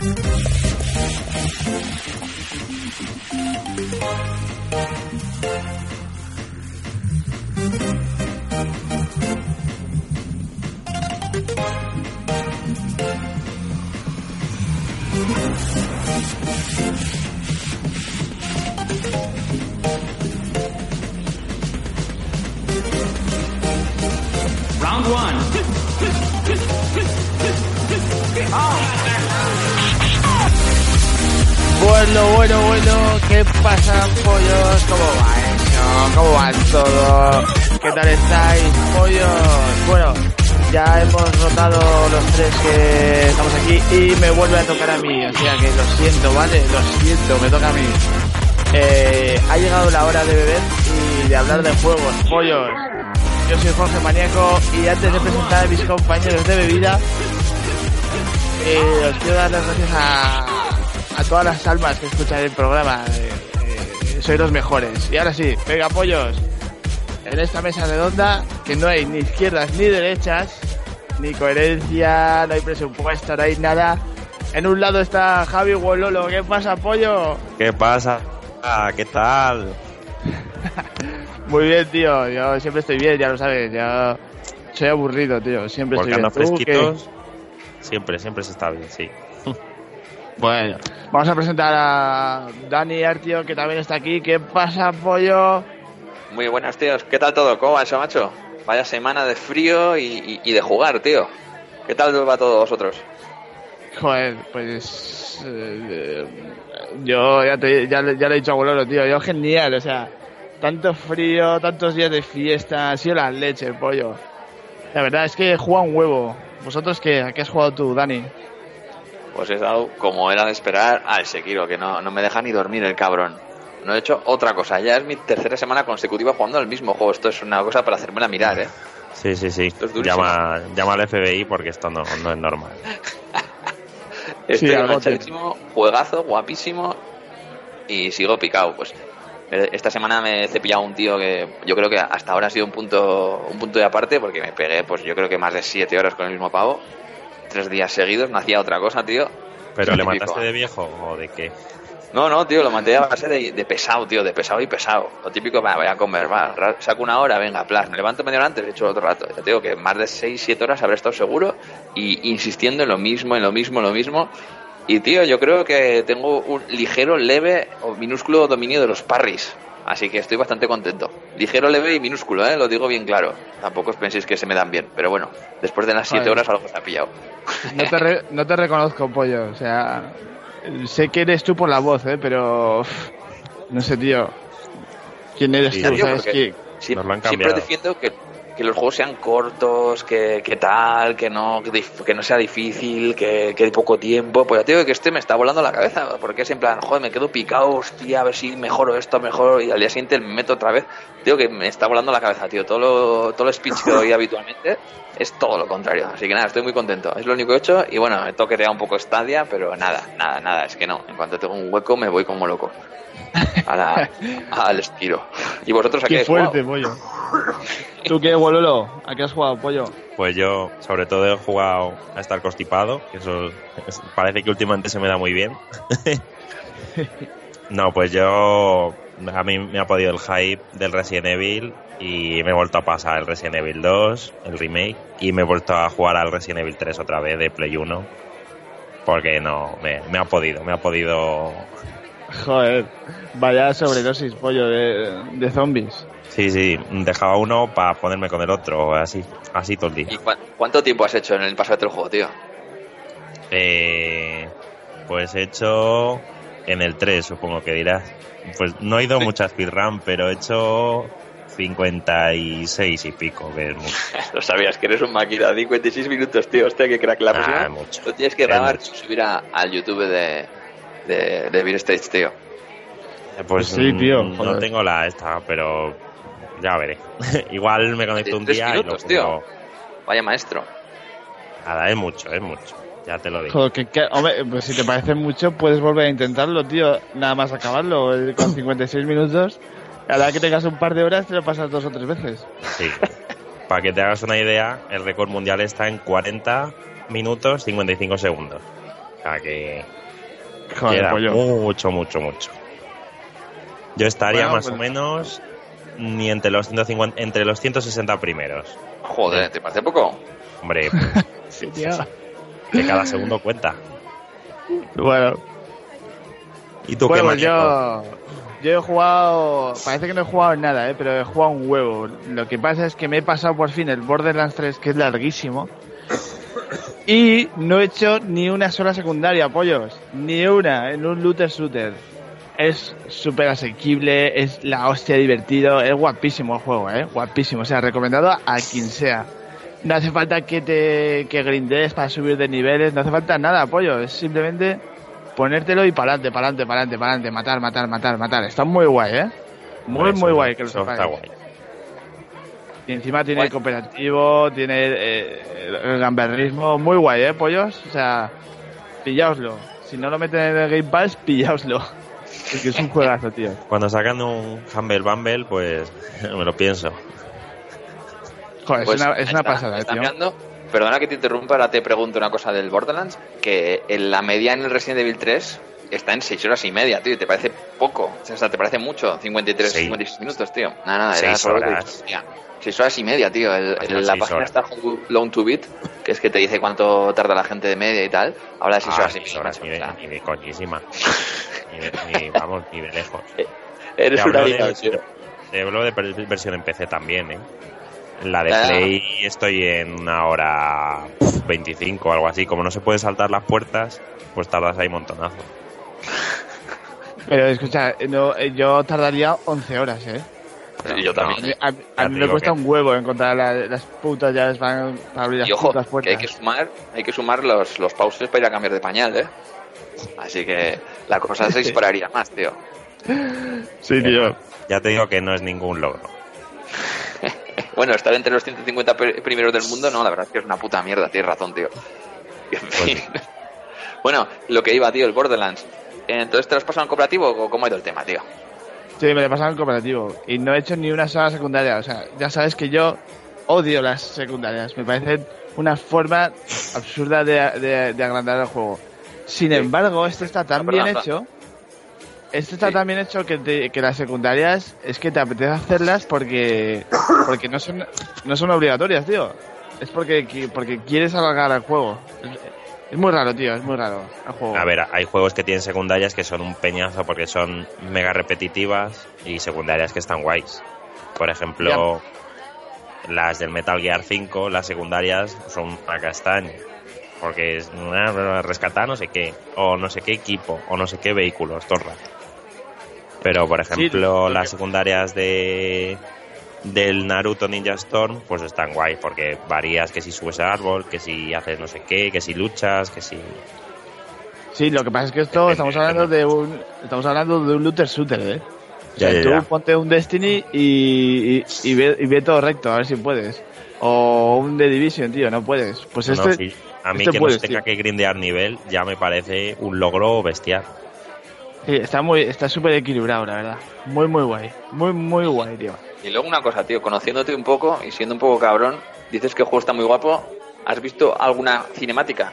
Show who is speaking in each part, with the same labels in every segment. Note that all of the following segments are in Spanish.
Speaker 1: Round one.
Speaker 2: Bueno, ¿qué pasa, pollos? ¿Cómo va eso? ¿Cómo va todo? ¿Qué tal estáis, pollos? Bueno, ya hemos rotado los tres que estamos aquí y me vuelve a tocar a mí, o sea que lo siento, ¿vale? Lo siento, me toca a mí. Ha llegado la hora de beber y de hablar de juegos, pollos. Yo soy Jorge Maníaco y antes de presentar a mis compañeros de bebida, os quiero dar las gracias a todas las almas que escuchan el programa. Sois los mejores. Y ahora sí, venga, pollos, en esta mesa redonda que no hay ni izquierdas ni derechas, ni coherencia, no hay presupuesto, no hay nada. En un lado está Javi Wololo. ¿Qué pasa, pollo?
Speaker 3: ¿Qué pasa? ¿Qué tal?
Speaker 2: Muy bien, tío. Yo siempre estoy bien, ya lo sabes. Yo soy aburrido, tío. Siempre
Speaker 3: porque
Speaker 2: estoy bien.
Speaker 3: Fresquitos. Siempre se está bien, sí.
Speaker 2: Bueno, vamos a presentar a Dani Artio, que también está aquí. ¿Qué pasa, pollo?
Speaker 4: Muy buenas, tíos. ¿Qué tal todo? ¿Cómo va eso, macho? Vaya semana de frío y de jugar, tío. ¿Qué tal va todo vosotros?
Speaker 2: Joder, pues... yo ya le he dicho a Boloro, tío. Yo genial, o sea... Tanto frío, tantos días de fiesta, ha sido la leche, pollo. La verdad es que he jugado un huevo. ¿Vosotros qué? ¿A qué has jugado tú, Dani?
Speaker 4: Pues he estado, como era de esperar, al Sekiro, que no me deja ni dormir el cabrón. No he hecho otra cosa. Ya es mi tercera semana consecutiva jugando al mismo juego. Esto es una cosa para hacérmela mirar, ¿eh?
Speaker 3: Sí.
Speaker 4: Esto es durísimo.
Speaker 3: Llama al FBI porque esto no es normal.
Speaker 4: Estoy enganchadísimo, juegazo, guapísimo y sigo picado, pues. Esta semana me he cepillado un tío que yo creo que hasta ahora ha sido un punto de aparte, porque me pegué, pues yo creo que más de 7 horas con el mismo pavo, 3 días seguidos, no hacía otra cosa, tío.
Speaker 3: ¿Pero le mataste de viejo o de qué?
Speaker 4: No, tío, lo maté a base de pesado, tío, de pesado y pesado. Lo típico, voy a comer, saco una hora, venga, plas, me levanto media hora antes, he hecho otro rato. Ya te digo que más de 6-7 horas habré estado seguro y insistiendo en lo mismo. Y, tío, yo creo que tengo un ligero, leve o minúsculo dominio de los parries. Así que estoy bastante contento. Ligero, leve y minúsculo, lo digo bien claro. Tampoco os penséis que se me dan bien. Pero bueno, después de las 7 horas algo se ha pillado.
Speaker 2: No te reconozco, pollo. O sea, sé que eres tú por la voz, pero... No sé, tío. ¿Quién eres tú? ¿Sabes qué?
Speaker 4: Siempre defiendo que los juegos sean cortos, que tal, que no sea difícil, que de poco tiempo. Pues ya te digo que este me está volando la cabeza, porque es en plan, joder, me quedo picado, hostia, a ver si mejoro esto, y al día siguiente me meto otra vez. Tío, que me está volando la cabeza, tío. Todo el speech que doy habitualmente es todo lo contrario. Así que nada, estoy muy contento. Es lo único que he hecho y bueno, he toqueteado un poco Stadia, pero nada, es que no. En cuanto tengo un hueco me voy como loco. Al estilo. ¿Y vosotros a qué
Speaker 2: habéis jugado? Qué fuerte, pollo. ¿Tú qué, Bololo? ¿A qué has jugado, pollo?
Speaker 3: Pues yo, sobre todo, he jugado a estar constipado, que eso parece que últimamente se me da muy bien. No, pues yo... A mí me ha podido el hype del Resident Evil y me he vuelto a pasar el Resident Evil 2, el remake, y me he vuelto a jugar al Resident Evil 3 otra vez de Play 1, porque no, me ha podido...
Speaker 2: Joder, vaya sobredosis, pollo, de zombies.
Speaker 3: Sí, dejaba uno para ponerme con el otro, así todo el día.
Speaker 4: ¿Y cuánto tiempo has hecho en el pasado del juego, tío?
Speaker 3: Pues he hecho en el 3, supongo que dirás. Pues no he ido muchas speedrun, pero he hecho 56 y pico. Que es mucho.
Speaker 4: Lo sabías, que eres un máquina. 56 minutos, tío. Hostia, que crack la próxima.
Speaker 3: Mucho.
Speaker 4: Lo tienes que grabar y subir al YouTube de Beer Stage, tío.
Speaker 3: Pues
Speaker 2: sí, tío.
Speaker 3: No tengo esta, pero ya veré. Igual me conecto un día
Speaker 4: minutos, y lo pongo. Tío. Vaya maestro.
Speaker 3: Nada, es mucho. Ya te lo digo.
Speaker 2: Joder, hombre, pues si te parece mucho, puedes volver a intentarlo, tío. Nada más acabarlo con 56 minutos. A la que tengas un par de horas, te lo pasas 2 o 3 veces.
Speaker 3: Sí. Para que te hagas una idea, el récord mundial está en 40 minutos 55 segundos. sea que
Speaker 2: Joder,
Speaker 3: queda
Speaker 2: pollo.
Speaker 3: mucho. Yo estaría
Speaker 2: Bueno,
Speaker 3: más
Speaker 2: pues-
Speaker 3: o menos ni entre los 150, entre los 160 primeros.
Speaker 4: Joder, ¿te parece poco?
Speaker 3: Hombre,
Speaker 2: Sí, tío.
Speaker 3: que cada segundo cuenta.
Speaker 2: Bueno,
Speaker 3: ¿Y tú
Speaker 2: bueno,
Speaker 3: qué
Speaker 2: pues yo he jugado, parece que no he jugado nada, pero he jugado un huevo. Lo que pasa es que me he pasado por fin el Borderlands 3, que es larguísimo, y no he hecho ni una sola secundaria, pollos, ni una en un looter shooter. Es súper asequible, es la hostia divertido, es guapísimo el juego, guapísimo, o sea, recomendado a quien sea. No hace falta que grindees para subir de niveles, no hace falta nada, pollo, es simplemente ponértelo y pa'lante, matar. Está muy guay, muy guay que lo
Speaker 3: eso
Speaker 2: sepáis.
Speaker 3: está guay.
Speaker 2: Y encima tiene
Speaker 4: Guay.
Speaker 2: cooperativo, tiene el gamberrismo, muy guay, pollos, o sea, pillaoslo. Si no lo meten en el Game Pass, pillaoslo. Porque es un juegazo, tío.
Speaker 3: Cuando sacan un Humble Bumble, pues me lo pienso.
Speaker 2: Joder,
Speaker 4: Pues
Speaker 2: es una
Speaker 4: está-
Speaker 2: pasada,
Speaker 4: está
Speaker 2: tío.
Speaker 4: mirando. Perdona que te interrumpa, ahora te pregunto una cosa del Borderlands, que en la media en el Resident Evil 3 está en 6 horas y media, tío, y te parece poco, o sea, te parece mucho, 53,
Speaker 3: Sí.
Speaker 4: 56 minutos, tío. Nada, era
Speaker 3: 6
Speaker 4: solo que
Speaker 3: horas.
Speaker 4: dices, hostia, 6 horas y media, tío.
Speaker 3: Hasta
Speaker 4: La
Speaker 3: 6
Speaker 4: página
Speaker 3: horas.
Speaker 4: está Loan to Beat, que es que te dice cuánto tarda la gente de media y tal, habla de 6 horas y
Speaker 3: 6
Speaker 4: media.
Speaker 3: horas
Speaker 4: o sea,
Speaker 3: ni de coñísima. Vamos, ni de lejos.
Speaker 4: eres
Speaker 3: Te
Speaker 4: una
Speaker 3: hablo
Speaker 4: hija,
Speaker 3: de-
Speaker 4: tío.
Speaker 3: Te hablo de versión en PC también, ¿eh? La de
Speaker 4: Ya.
Speaker 3: Play estoy en 1:25 o algo así. Como no se pueden saltar las puertas, pues tardas ahí montonazo.
Speaker 2: Pero escucha, no, yo tardaría 11 horas,
Speaker 4: Yo también.
Speaker 2: A
Speaker 3: Ya
Speaker 2: mí
Speaker 3: te
Speaker 2: me
Speaker 3: digo
Speaker 2: cuesta
Speaker 3: que-
Speaker 2: un huevo encontrar las putas llaves para abrir las
Speaker 4: Y ojo,
Speaker 2: putas
Speaker 4: que
Speaker 2: puertas.
Speaker 4: hay que sumar los pauses para ir a cambiar de pañal, ¿eh? Así que la cosa se dispararía más, tío.
Speaker 2: Sí, tío.
Speaker 3: Ya te digo que no es ningún logro.
Speaker 4: Bueno, estar entre los 150 primeros del mundo, no, la verdad es que es una puta mierda, tienes razón, tío. En fin. Bueno, lo que iba, tío, el Borderlands. Entonces, ¿te lo has pasado en cooperativo o cómo ha ido el tema, tío?
Speaker 2: Sí, me lo he pasado en cooperativo. Y no he hecho ni una sola secundaria. O sea, ya sabes que yo odio las secundarias. Me parecen una forma absurda de agrandar el juego. Sin embargo, este está tan bien hecho. Este está tan bien hecho que las secundarias es que te apetece hacerlas porque no son obligatorias, tío. Es porque quieres alargar el juego. Es muy raro, tío, es muy raro el juego.
Speaker 3: A ver, hay juegos que tienen secundarias que son un peñazo porque son mega repetitivas y secundarias que están guays. Por ejemplo, las del Metal Gear 5, las secundarias son una castaña. Porque es rescatar no sé qué, o no sé qué equipo, o no sé qué vehículos, todo el rato. Pero, por ejemplo, las secundarias del Naruto Ninja Storm, pues están guay, porque varías que si subes al árbol, que si haces no sé qué, que si luchas, que si...
Speaker 2: Sí, lo que pasa es que esto estamos hablando de un looter shooter, O sea,
Speaker 3: Ya,
Speaker 2: tú
Speaker 3: ya.
Speaker 2: ponte un Destiny y ve todo recto, a ver si puedes. O un The Division, tío, no puedes. Pues
Speaker 3: No, sí. A mí que
Speaker 2: puedes,
Speaker 3: no se tenga
Speaker 2: tío.
Speaker 3: que grindear nivel ya me parece un logro bestial.
Speaker 2: Sí, está súper equilibrado, la verdad. Muy guay. Muy guay, tío.
Speaker 4: Y luego una cosa, tío, conociéndote un poco y siendo un poco cabrón, dices que el juego está muy guapo. ¿Has visto alguna cinemática?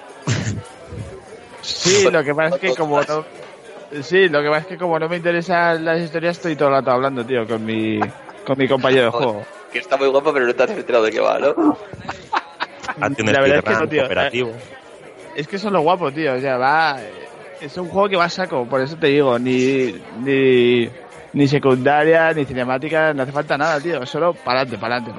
Speaker 2: Sí, lo que pasa es que como no... Sí, lo que pasa es que como no me interesan las historias, estoy todo el rato hablando, tío, con mi compañero de juego.
Speaker 4: Que está muy guapo, pero no te has enterado de qué va, ¿no?
Speaker 3: Hazte un
Speaker 2: La verdad es que
Speaker 3: speedrun
Speaker 2: no, tío.
Speaker 3: cooperativo.
Speaker 2: Es que eso es lo guapo, tío. O sea, va... Es un juego que va a saco, por eso te digo. Ni secundaria, ni cinemática, no hace falta nada, tío. Solo pa'lante.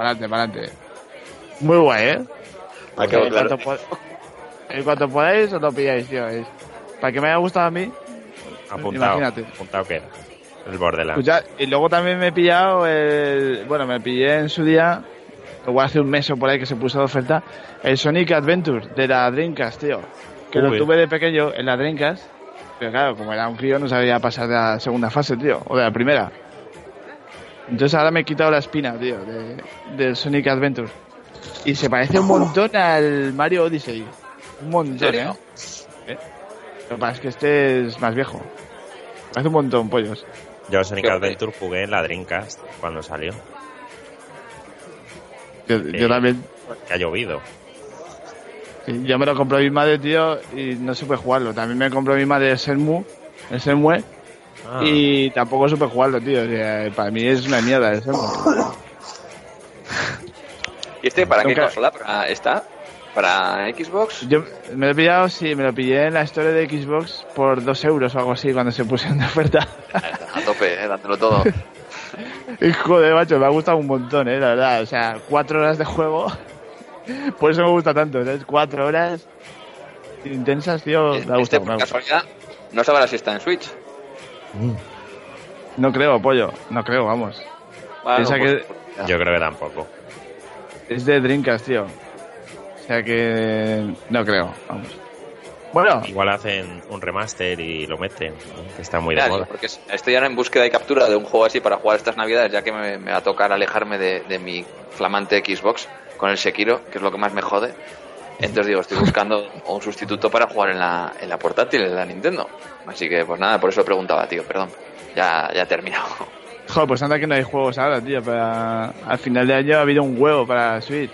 Speaker 2: Muy guay,
Speaker 4: Ah, qué claro.
Speaker 2: En cuanto podáis, os lo pilláis, tío. Para que me haya gustado a mí, imagínate.
Speaker 3: Apuntado que era. El Borderlands.
Speaker 2: Escucha, y luego también me he pillado me pillé en su día, igual hace un mes o por ahí que se puso de oferta, el Sonic Adventure de la Dreamcast, tío. Que lo
Speaker 3: Uy.
Speaker 2: tuve de pequeño en la Dreamcast, pero claro, como era un crío no sabía pasar de la segunda fase, tío, o de la primera. Entonces ahora me he quitado la espina, tío, del Sonic Adventure. Y se parece un montón al Mario Odyssey. Un montón,
Speaker 4: ¿En serio?
Speaker 2: Lo que pasa es que este es más viejo. Parece un montón, pollos.
Speaker 3: Yo Sonic
Speaker 4: Qué
Speaker 3: Adventure jugué en la Dreamcast cuando salió.
Speaker 2: Yo también.
Speaker 3: Que ha llovido.
Speaker 2: Yo me lo compré mi madre, tío, y no supe jugarlo. También me compré mi madre el Shenmue, y tampoco supe jugarlo, tío. O sea, para mí es una mierda el Shenmue.
Speaker 4: ¿Y este para qué consola está? ¿Para Xbox?
Speaker 2: Yo me lo he pillado, sí, me lo pillé en la Store de Xbox por 2 euros o algo así cuando se pusieron de oferta.
Speaker 4: A tope, dándolo todo.
Speaker 2: Y joder, macho, me ha gustado un montón, la verdad. O sea, 4 horas de juego. Por eso me gusta tanto, ¿sabes? 4 horas intensas, tío. Me ha gustado.
Speaker 4: Por casualidad, no sabrás si está en Switch.
Speaker 2: No creo, pollo. No creo, vamos.
Speaker 4: Bueno,
Speaker 2: Piensa que
Speaker 3: yo creo que tampoco.
Speaker 2: es de Dreamcast, tío. O sea que no creo, vamos. Bueno,
Speaker 3: igual hacen un remaster y lo meten, ¿no? Que está muy de moda.
Speaker 4: Porque estoy ahora en búsqueda y captura de un juego así para jugar estas navidades, ya que me va a tocar alejarme de mi flamante Xbox con el Sekiro, que es lo que más me jode. Entonces digo, estoy buscando un sustituto para jugar en la portátil, en la Nintendo. Así que pues nada, por eso preguntaba, tío, perdón. Ya he terminado.
Speaker 2: Joder, pues anda que no hay juegos ahora, tío. Al final de año ha habido un huevo para Switch.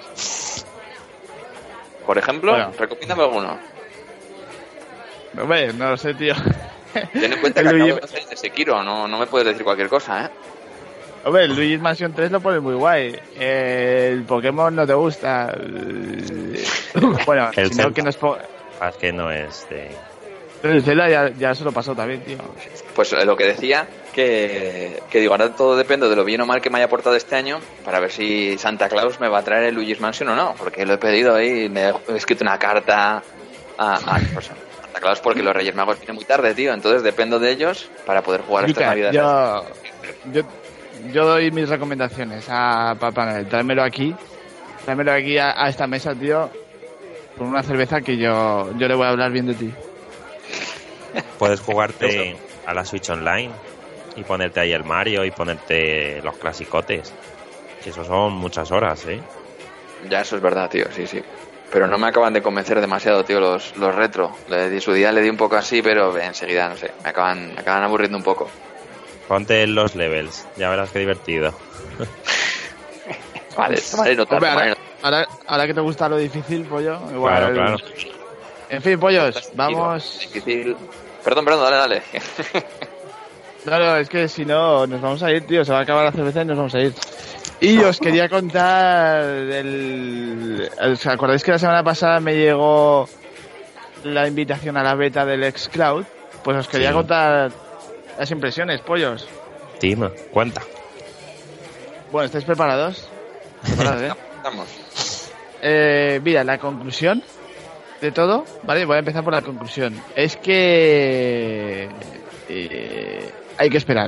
Speaker 4: Por ejemplo, recomiéndame alguno.
Speaker 2: Hombre, no lo sé, tío.
Speaker 4: Ten en cuenta que acabo de hacer de Sekiro, no me puedes decir cualquier cosa, ¿eh?
Speaker 2: Hombre, el Luigi's Mansion 3 lo pone muy guay. El Pokémon no te gusta. Bueno,
Speaker 3: el
Speaker 2: si no que no es...
Speaker 3: Es que no es de...
Speaker 2: El Zelda ya se lo pasó también, tío.
Speaker 4: Pues lo que decía, que digo, ahora todo depende de lo bien o mal que me haya portado este año, para ver si Santa Claus me va a traer el Luigi's Mansion o no, porque lo he pedido ahí, me he escrito una carta a Santa Claus, porque los Reyes Magos vienen muy tarde, tío, entonces dependo de ellos para poder jugar estas navidades.
Speaker 2: Yo doy mis recomendaciones a Papá Noel. Tráemelo aquí a esta mesa, tío, con una cerveza que yo le voy a hablar bien de ti.
Speaker 3: Puedes jugarte a la Switch Online y ponerte ahí el Mario y ponerte los clasicotes. Que eso son muchas horas, ¿eh?
Speaker 4: Ya, eso es verdad, tío, sí. Pero no me acaban de convencer demasiado, tío, los retro. Su día le di un poco así, pero enseguida, no sé, me acaban aburriendo un poco.
Speaker 3: Ponte los levels, ya verás qué divertido.
Speaker 4: Vale,
Speaker 2: ahora que te gusta lo difícil, pollo, igual.
Speaker 3: Claro.
Speaker 2: En fin, pollos, vamos.
Speaker 4: Difícil. Perdón, dale.
Speaker 2: No, es que si no nos vamos a ir, tío, se va a acabar la cerveza y nos vamos a ir. Y os quería contar ¿os acordáis que la semana pasada me llegó la invitación a la beta del xCloud? Pues os quería contar las impresiones, pollos.
Speaker 3: Tima, cuenta.
Speaker 2: Bueno, ¿estáis preparados? ¿Preparados,
Speaker 4: Vamos.
Speaker 2: Mira, la conclusión de todo, ¿vale? Voy a empezar por la conclusión. Es que hay que esperar.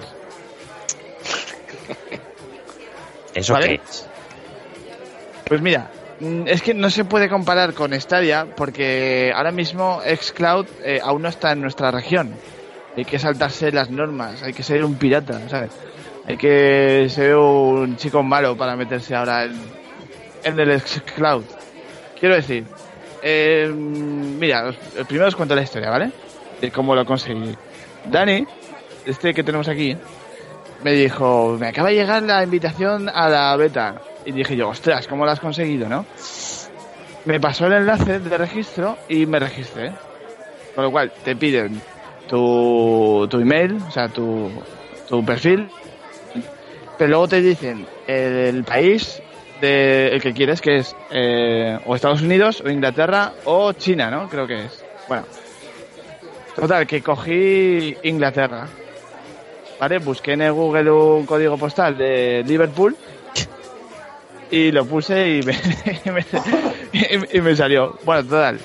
Speaker 3: ¿Eso
Speaker 2: ¿vale?
Speaker 3: qué es?
Speaker 2: Pues mira, es que no se puede comparar con Stadia porque ahora mismo xCloud aún no está en nuestra región. Hay que saltarse las normas, hay que ser un pirata, ¿sabes? Hay que ser un chico malo para meterse ahora en el xCloud. Quiero decir, mira, primero os cuento la historia, ¿vale? De cómo lo conseguí. Dani, que tenemos aquí, me dijo, me acaba de llegar la invitación a la beta. Y dije yo, ostras, ¿cómo la has conseguido, no? Me pasó el enlace de registro y me registré. Con lo cual, te piden tu email, o sea, tu perfil, pero luego te dicen el país el que quieres, que es o Estados Unidos, o Inglaterra, o China, ¿no? Creo que es. Bueno, total, que cogí Inglaterra, ¿vale? Busqué en el Google un código postal de Liverpool y lo puse y me salió. Bueno, total,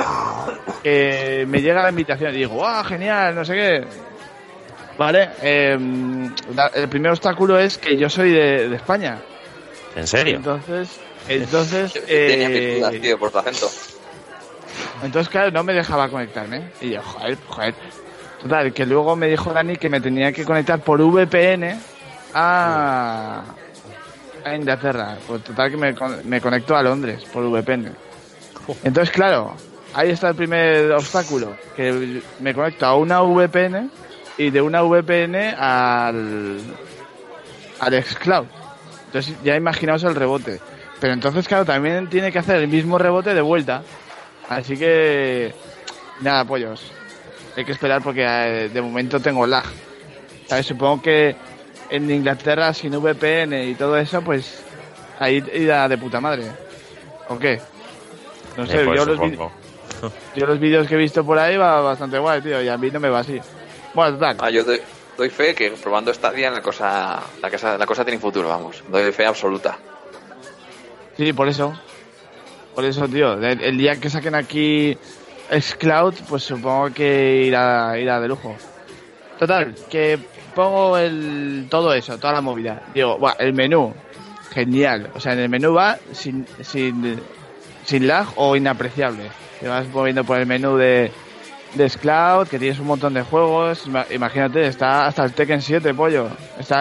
Speaker 2: me llega la invitación y digo, ¡ah, genial! No sé qué. Vale, el primer obstáculo es que yo soy de España.
Speaker 3: ¿En serio?
Speaker 2: Entonces
Speaker 4: tenía mis dudas, tío, por tu acento.
Speaker 2: Entonces, claro, no me dejaba conectarme. Y yo, joder. Total, que luego me dijo Dani que me tenía que conectar por VPN a Inglaterra. Pues total, que me conecto a Londres por VPN. Entonces, claro, ahí está el primer obstáculo, que me conecto a una VPN y de una VPN al xCloud. Entonces ya imaginaos el rebote. Pero entonces, claro, también tiene que hacer el mismo rebote de vuelta. Así que nada, pollos. Hay que esperar porque de momento tengo lag. ¿Sabes? Supongo que en Inglaterra sin VPN y todo eso, pues ahí irá de puta madre. ¿O qué? No sé,
Speaker 3: Pues
Speaker 2: yo los vídeos que he visto por ahí va bastante guay, tío, y a mí no me va así. Bueno, total.
Speaker 4: Yo doy fe que probando Stadia la cosa tiene futuro, vamos. Doy fe absoluta.
Speaker 2: Sí, por eso. Por eso, tío. El día que saquen aquí xCloud, pues supongo que irá de lujo. Total, que pongo todo eso, toda la movida. Digo, el menú, genial. O sea, en el menú va sin lag o inapreciable. Te vas moviendo por el menú de xCloud, que tienes un montón de juegos. Imagínate, está hasta el Tekken 7, pollo.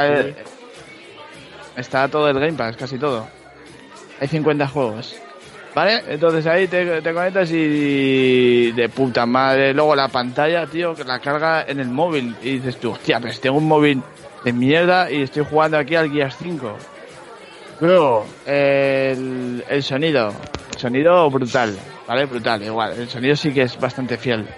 Speaker 2: Está todo el Game Pass, casi todo. Hay 50 juegos. ¿Vale? Entonces ahí te conectas y de puta madre. Luego la pantalla, tío, que la carga en el móvil. Y dices tú, hostia, pues tengo un móvil de mierda y estoy jugando aquí al Gears 5. Luego, el sonido. El sonido brutal, ¿vale? Brutal, igual. El sonido sí que es bastante fiel.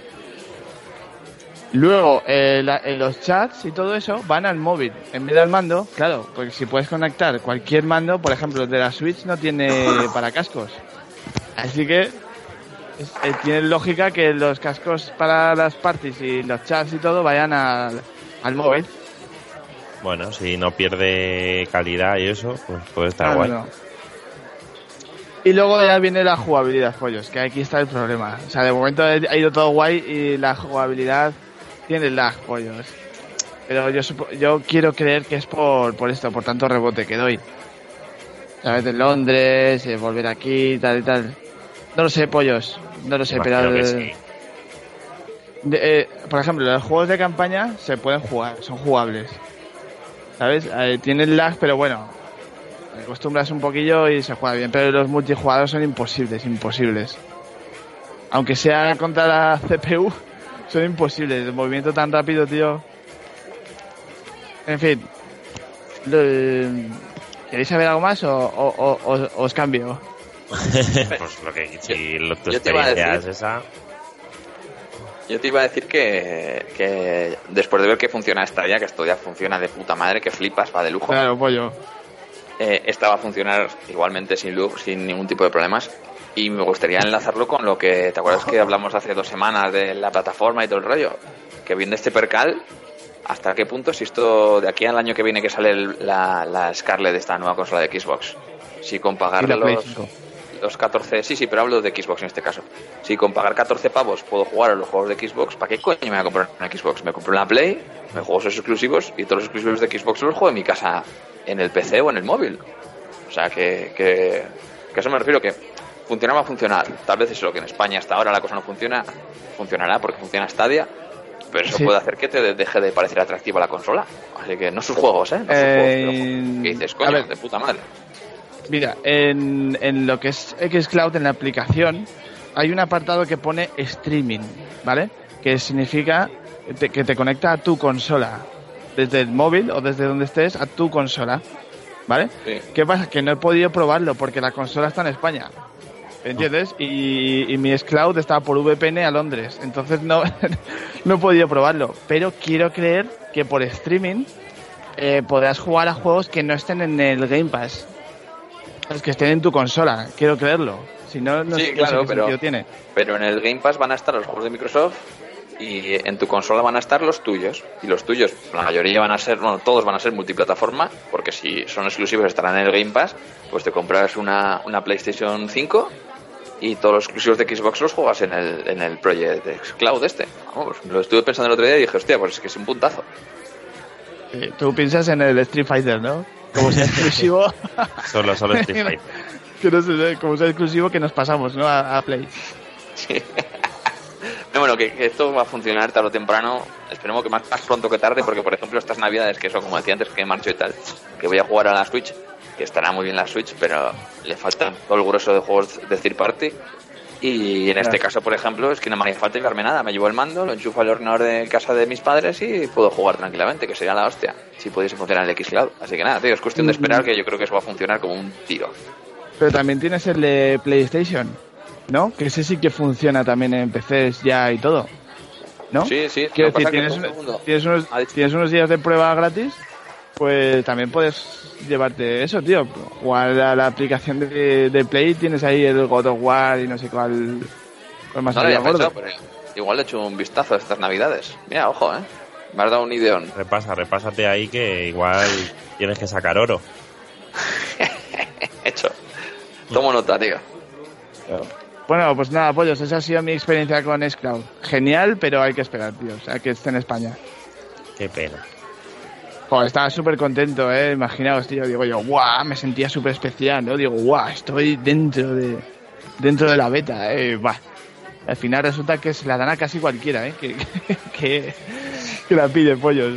Speaker 2: Luego, los chats y todo eso van al móvil. En vez del mando, claro, porque si puedes conectar cualquier mando, por ejemplo, el de la Switch no tiene para cascos. Así que tiene lógica que los cascos para las parties y los chats y todo vayan al móvil.
Speaker 3: Bueno, si no pierde calidad y eso, pues puede estar guay.
Speaker 2: No. Y luego ya viene la jugabilidad, pollos, que aquí está el problema. O sea, de momento ha ido todo guay y la jugabilidad tiene lag, pollos. Pero yo quiero creer que es por esto, por tanto rebote que doy. ¿Sabes? En Londres, volver aquí, tal y tal. No lo sé, pollos. No lo sé,
Speaker 3: Imagino
Speaker 2: pero...
Speaker 3: que sí.
Speaker 2: por ejemplo, los juegos de campaña se pueden jugar, son jugables. ¿Sabes? Tienen lag, pero bueno, te acostumbras un poquillo y se juega bien. Pero los multijugadores son imposibles. Aunque sea contra la CPU, son imposibles. El movimiento tan rápido, tío. En fin. ¿Queréis saber algo más o os cambio?
Speaker 3: Pues lo que si tu experiencia es esa.
Speaker 4: Yo te iba a decir que después de ver que funciona Stadia, que esto ya funciona de puta madre, que flipas, va de lujo.
Speaker 2: Claro, pollo.
Speaker 4: Esta va a funcionar igualmente sin ningún tipo de problemas. Y me gustaría enlazarlo con lo que, ¿te acuerdas que hablamos hace 2 semanas de la plataforma y todo el rollo? Que viene este percal, ¿hasta qué punto, si esto de aquí al año que viene que sale la Scarlett de esta nueva consola de Xbox, si con pagarle los 14, sí, pero hablo de Xbox en este caso, si con pagar 14 pavos puedo jugar a los juegos de Xbox, ¿para qué coño me voy a comprar una Xbox? Me compro una Play, me juego esos exclusivos y todos los exclusivos de Xbox los juego en mi casa, en el PC o en el móvil. O sea que a eso me refiero, que funcionar va a funcionar. Tal vez es lo que en España hasta ahora la cosa no funciona, funcionará porque funciona Stadia, pero eso puede hacer que te deje de parecer atractiva la consola. Así que no sus juegos, no sus juegos, pero que dices, coño, de puta madre.
Speaker 2: Mira, en lo que es xCloud, en la aplicación, hay un apartado que pone streaming, ¿vale? Que significa que te conecta a tu consola, desde el móvil o desde donde estés, a tu consola, ¿vale? Sí. ¿Qué pasa? Que no he podido probarlo porque la consola está en España, ¿entiendes? Y mi xCloud está por VPN a Londres, entonces no he podido probarlo, pero quiero creer que por streaming podrás jugar a juegos que no estén en el Game Pass. Es que estén en tu consola, quiero creerlo. Si no, no sé qué sentido tiene.
Speaker 4: Pero en el Game Pass van a estar los juegos de Microsoft y en tu consola van a estar los tuyos. Y los tuyos, la mayoría van a ser, bueno, todos van a ser multiplataforma, porque si son exclusivos estarán en el Game Pass, pues te compras una PlayStation 5 y todos los exclusivos de Xbox los juegas en el Project Cloud este. Vamos, lo estuve pensando el otro día y dije, hostia, pues es que es un puntazo.
Speaker 2: Tú piensas en el Street Fighter, ¿no? Como sea exclusivo.
Speaker 3: solo Street Fighter.
Speaker 2: Que no sé, como sea exclusivo que nos pasamos, ¿no? A Play.
Speaker 4: Sí. Bueno, que esto va a funcionar tarde o temprano. Esperemos que más pronto que tarde, porque por ejemplo estas navidades, que eso como decía antes, que marcho y tal, que voy a jugar a la Switch, que estará muy bien la Switch, pero le falta todo el grueso de juegos de third party. Y en este caso, por ejemplo, es que no me hace falta llevarme nada. Me llevo el mando, lo enchufo al ordenador de casa de mis padres y puedo jugar tranquilamente, que sería la hostia si pudiese funcionar el xCloud. Así que nada, tío, es cuestión de esperar, que yo creo que eso va a funcionar como un tiro.
Speaker 2: Pero también tienes el de PlayStation. ¿no? Que ese sí que funciona también en PCs ya y todo, ¿no?
Speaker 4: Sí.
Speaker 2: Quiero decir, tienes unos días de prueba gratis, pues también puedes llevarte eso, tío. Jugar a la aplicación de Play, tienes ahí el God of War y no sé cuál más
Speaker 4: no lo había
Speaker 2: gordo.
Speaker 4: pensado, pero igual le he hecho un vistazo a estas navidades. Mira, ojo, me has dado un ideón.
Speaker 3: Repásate ahí que igual tienes que sacar oro.
Speaker 4: Hecho. Tomo nota, tío.
Speaker 2: Bueno, pues nada, pollos, esa ha sido mi experiencia con xCloud. Genial, pero hay que esperar, tío, o sea, que esté en España.
Speaker 3: Qué pena.
Speaker 2: Joder, estaba súper contento, imaginaos, tío, digo yo, guau, me sentía súper especial, ¿no? Digo, guau, estoy dentro de la beta, bah. Al final resulta que se la dan a casi cualquiera, que la pide, pollos.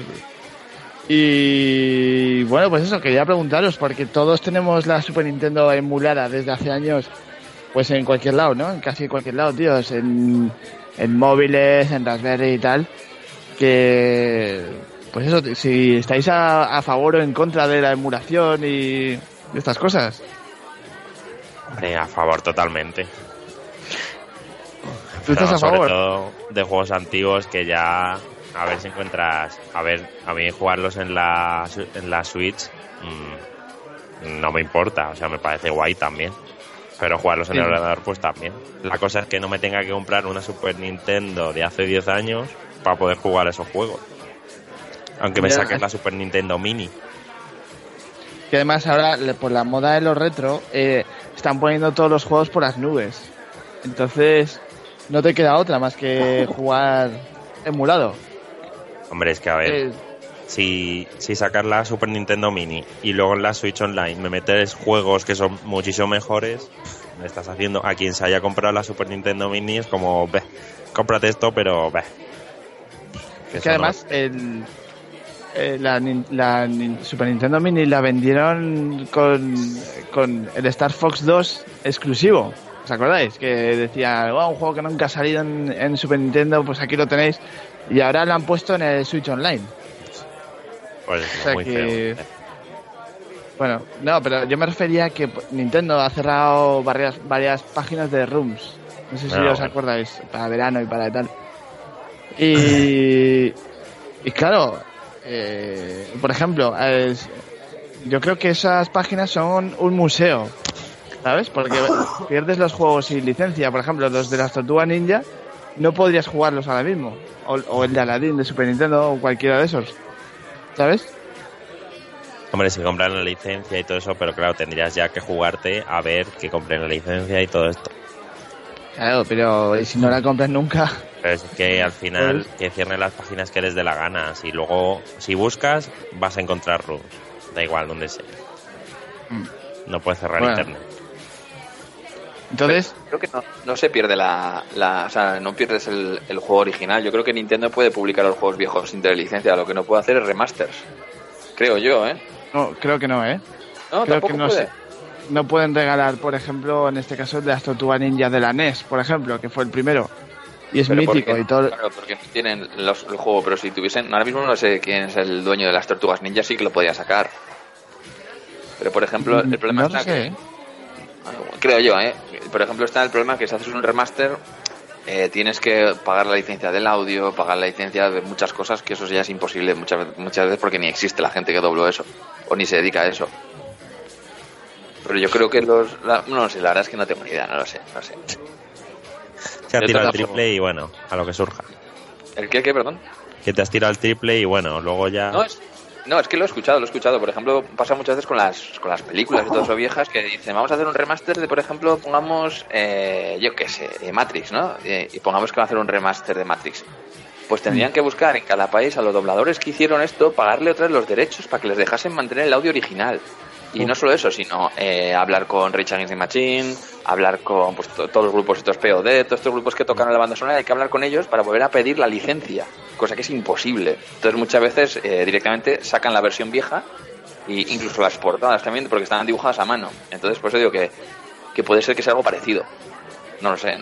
Speaker 2: Y bueno, pues eso, quería preguntaros, porque todos tenemos la Super Nintendo emulada desde hace años, pues en cualquier lado, ¿no? En casi cualquier lado, tíos, en móviles, en Raspberry y tal, que pues eso, si estáis a favor o en contra de la emulación y de estas cosas.
Speaker 3: Hombre, a favor totalmente.
Speaker 2: ¿Tú estás a
Speaker 3: sobre
Speaker 2: favor?
Speaker 3: todo de juegos antiguos que ya a ver si encuentras, a mí jugarlos en la Switch no me importa, o sea, me parece guay también, pero jugarlos en el ordenador pues también. La cosa es que no me tenga que comprar una Super Nintendo de hace 10 años para poder jugar esos juegos, aunque me saquen la Super Nintendo Mini.
Speaker 2: Que además ahora, por la moda de los retro, están poniendo todos los juegos por las nubes, entonces no te queda otra más que jugar emulado.
Speaker 3: Hombre, es que a ver, si sacar la Super Nintendo Mini y luego en la Switch Online me metes juegos que son muchísimo mejores, me estás haciendo, a quien se haya comprado la Super Nintendo Mini es como, cómprate esto, pero
Speaker 2: es que además la Super Nintendo Mini la vendieron con el Star Fox 2 exclusivo. ¿Os acordáis? Que decía, un juego que nunca ha salido en Super Nintendo, pues aquí lo tenéis. Y ahora lo han puesto en el Switch Online.
Speaker 3: Pues
Speaker 2: o sea
Speaker 3: muy
Speaker 2: que...
Speaker 3: feo.
Speaker 2: Bueno, no, pero yo me refería a que Nintendo ha cerrado varias páginas de rooms. No sé si os acordáis, para verano y para tal. Y claro, por ejemplo, yo creo que esas páginas son un museo, ¿sabes? Porque pierdes los juegos sin licencia. Por ejemplo, los de las Tortugas Ninja no podrías jugarlos ahora mismo. O el de Aladdin de Super Nintendo o cualquiera de esos, ¿sabes?
Speaker 3: Hombre, si compran la licencia y todo eso, pero claro, tendrías ya que jugarte a ver que compren la licencia y todo esto.
Speaker 2: Claro, pero si no la compras nunca...
Speaker 3: Pero es que al final que cierren las páginas que les dé la gana. Si luego, si buscas, vas a encontrar rooms. Da igual donde sea. No puedes cerrar internet.
Speaker 2: Entonces,
Speaker 4: creo que no se pierde o sea, no pierdes el juego original. Yo creo que Nintendo puede publicar los juegos viejos sin tener licencia. Lo que no puede hacer es remasters. Creo yo,
Speaker 2: No, creo que no,
Speaker 4: No,
Speaker 2: creo
Speaker 4: tampoco
Speaker 2: que no
Speaker 4: puede.
Speaker 2: No pueden regalar, por ejemplo, en este caso, el de las Tortugas Ninja de la NES, por ejemplo, que fue el primero. Y es mítico y todo.
Speaker 4: Claro, porque no tienen el juego, pero si tuviesen... Ahora mismo no sé quién es el dueño de las Tortugas Ninja, sí que lo podía sacar. Pero, por ejemplo, el problema está que... Creo yo, Por ejemplo, está el problema que si haces un remaster, tienes que pagar la licencia del audio, pagar la licencia de muchas cosas, que eso ya es imposible muchas veces porque ni existe la gente que dobló eso, o ni se dedica a eso. Pero yo creo que no sé, la verdad es que no tengo ni idea, no lo sé.
Speaker 3: Se ha tirado el triple y bueno, a lo que surja.
Speaker 4: ¿El qué, perdón?
Speaker 3: Que te has tirado el triple y bueno, luego ya...
Speaker 4: No, es que lo he escuchado. Por ejemplo, pasa muchas veces con las películas y todo eso viejas que dicen, vamos a hacer un remaster de, por ejemplo, pongamos, yo qué sé, Matrix, ¿no? Y pongamos que van a hacer un remaster de Matrix. Pues tendrían que buscar en cada país a los dobladores que hicieron esto, pagarle otra vez los derechos para que les dejasen mantener el audio original. Y no solo eso, sino hablar con Rage Against the Machine, hablar con pues, todos los grupos estos POD, todos estos grupos que tocan en la banda sonora, hay que hablar con ellos para volver a pedir la licencia, cosa que es imposible. Entonces muchas veces directamente sacan la versión vieja e incluso las portadas también, porque están dibujadas a mano. Entonces por eso digo que puede ser que sea algo parecido. No lo sé.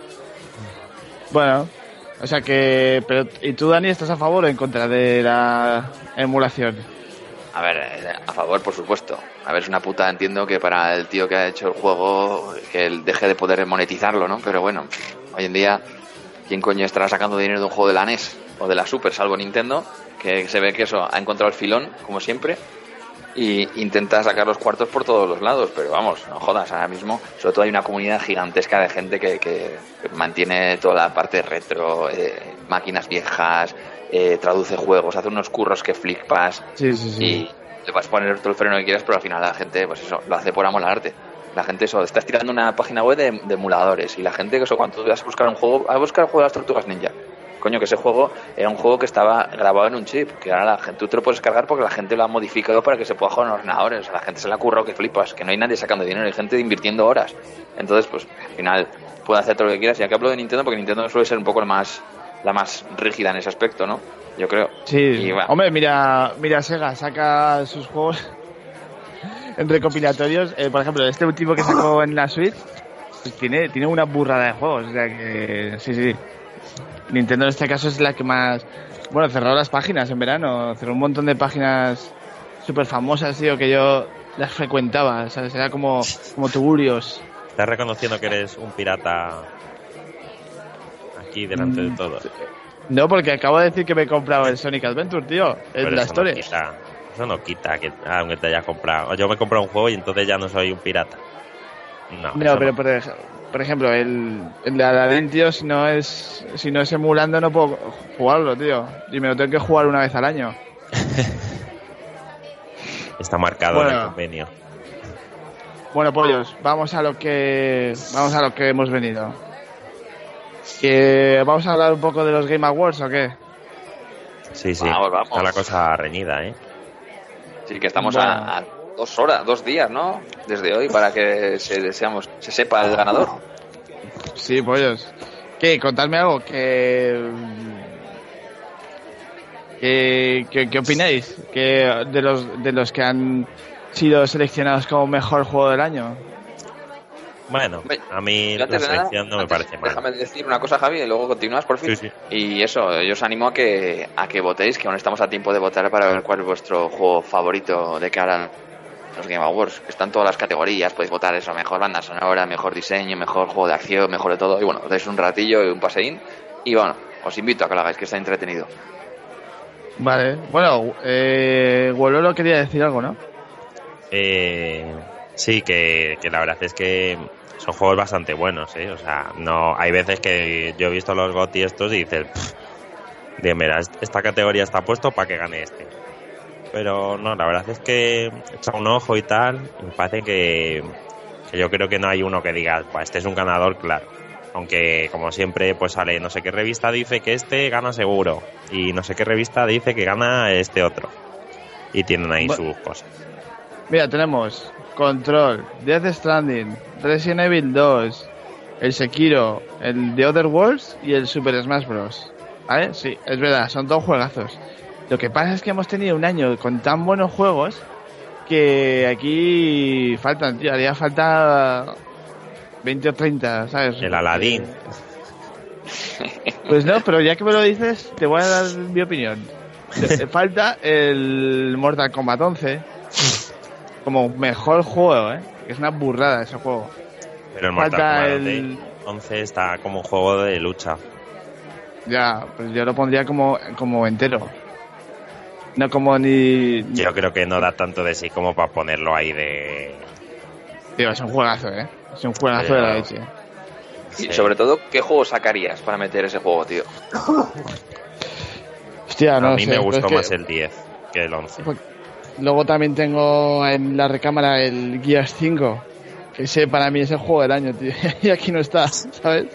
Speaker 2: Bueno, o sea que... Pero, ¿y tú, Dani, estás a favor o en contra de la emulación?
Speaker 4: A ver, a favor, por supuesto. A ver, es una puta, entiendo que para el tío que ha hecho el juego, que él deje de poder monetizarlo, ¿no? Pero bueno, hoy en día, ¿quién coño estará sacando dinero de un juego de la NES o de la Super, salvo Nintendo? Que se ve que eso ha encontrado el filón, como siempre, y intenta sacar los cuartos por todos los lados. Pero vamos, no jodas, ahora mismo, sobre todo hay una comunidad gigantesca de gente que mantiene toda la parte retro, máquinas viejas, traduce juegos, hace unos curros que flipas.
Speaker 2: Sí.
Speaker 4: Y le vas a poner todo el freno que quieras, pero al final la gente, pues eso, lo hace por amor al arte. La gente eso, estás tirando una página web de emuladores, y la gente que eso, cuando tú vas a buscar un juego, a buscar el juego de las Tortugas Ninja, coño, que ese juego era un juego que estaba grabado en un chip, que ahora la gente, tú te lo puedes cargar porque la gente lo ha modificado para que se pueda jugar en ordenadores. O sea, la gente se la ha currado que flipas, que no hay nadie sacando dinero, hay gente invirtiendo horas. Entonces, pues al final puede hacer todo lo que quieras. Y aquí hablo de Nintendo porque Nintendo suele ser un poco la más rígida en ese aspecto, ¿no? Yo creo.
Speaker 2: Sí,
Speaker 4: y, bueno,
Speaker 2: hombre, mira Sega saca sus juegos en recopilatorios. Por ejemplo, este último que sacó en la Switch, pues tiene una burrada de juegos. O sea que sí. Nintendo en este caso es la que más... Bueno, cerró las páginas en verano. Cerró un montón de páginas súper famosas, tío, que yo las frecuentaba. ¿Sabes? Era como tugurios.
Speaker 3: Estás reconociendo que eres un pirata aquí delante de todos.
Speaker 2: No, porque acabo de decir que me he comprado el Sonic Adventure, tío. En la Store.
Speaker 3: Eso no quita que aunque te hayas comprado. Yo me he comprado un juego y entonces ya no soy un pirata. No,
Speaker 2: pero por ejemplo, el de Aladdin, tío, si no es emulando no puedo jugarlo, tío. Y me lo tengo que jugar una vez al año.
Speaker 3: Está marcado en el convenio.
Speaker 2: Bueno, pollos, vamos a lo que hemos venido. ¿Vamos a hablar un poco de los Game Awards o qué?
Speaker 3: Sí.
Speaker 4: Vamos.
Speaker 3: Está la cosa reñida, ¿eh?
Speaker 4: Sí, que estamos a 2 horas, 2 días, ¿no? Desde hoy, para que se sepa el ganador.
Speaker 2: Sí, pollos. ¿Qué? Contadme algo. ¿Qué opináis? De los que han sido seleccionados como mejor juego del año.
Speaker 3: Bueno, a mí la selección no me parece mal.
Speaker 4: Déjame decir una cosa, Javi, y luego continúas, por fin.
Speaker 3: Sí.
Speaker 4: Y eso, yo os animo a que votéis, que aún estamos a tiempo de votar para ver cuál es vuestro juego favorito de cara a los Game Awards. Están todas las categorías, podéis votar eso, mejor banda sonora, mejor diseño, mejor juego de acción, mejor de todo. Y bueno, os dais un ratillo y un paseín. Y bueno, os invito a que lo hagáis, que está entretenido.
Speaker 2: Vale, bueno, Wololo quería decir algo, ¿no?
Speaker 3: Sí, que la verdad es que son juegos bastante buenos, ¿eh? O sea, no hay veces que yo he visto los GOTY estos y dices, mira, esta categoría está puesto para que gane este. Pero no, la verdad es que echa un ojo y tal, y me parece que yo creo que no hay uno que diga, pues este es un ganador, claro. Aunque, como siempre, pues sale no sé qué revista dice que este gana seguro, y no sé qué revista dice que gana este otro. Y tienen ahí sus cosas.
Speaker 2: Mira, tenemos Control, Death Stranding, Resident Evil 2, el Sekiro, el The Other Worlds y el Super Smash Bros. ¿Vale? Sí, es verdad, son todos juegazos. Lo que pasa es que hemos tenido un año con tan buenos juegos que aquí faltan, tío, haría falta 20 o 30, ¿sabes?
Speaker 3: El Aladdin.
Speaker 2: Pues no, pero ya que me lo dices, te voy a dar mi opinión. Falta el Mortal Kombat 11 como mejor juego, que es una burrada ese juego.
Speaker 3: Pero el Mortal Kombat 11 está como juego de lucha.
Speaker 2: Ya, pues yo lo pondría como entero. No como ni...
Speaker 3: Yo creo que no da tanto de sí como para ponerlo ahí de...
Speaker 2: Tío, es un juegazo, Es un juegazo de la leche.
Speaker 4: Y sobre todo, ¿qué juego sacarías para meter ese juego, tío?
Speaker 2: Hostia, no sé.
Speaker 3: A mí me gustó más el 10 que el 11.
Speaker 2: Pues, luego también tengo en la recámara el Gears 5, que ese para mí es el juego del año, tío. Y aquí no está, ¿sabes?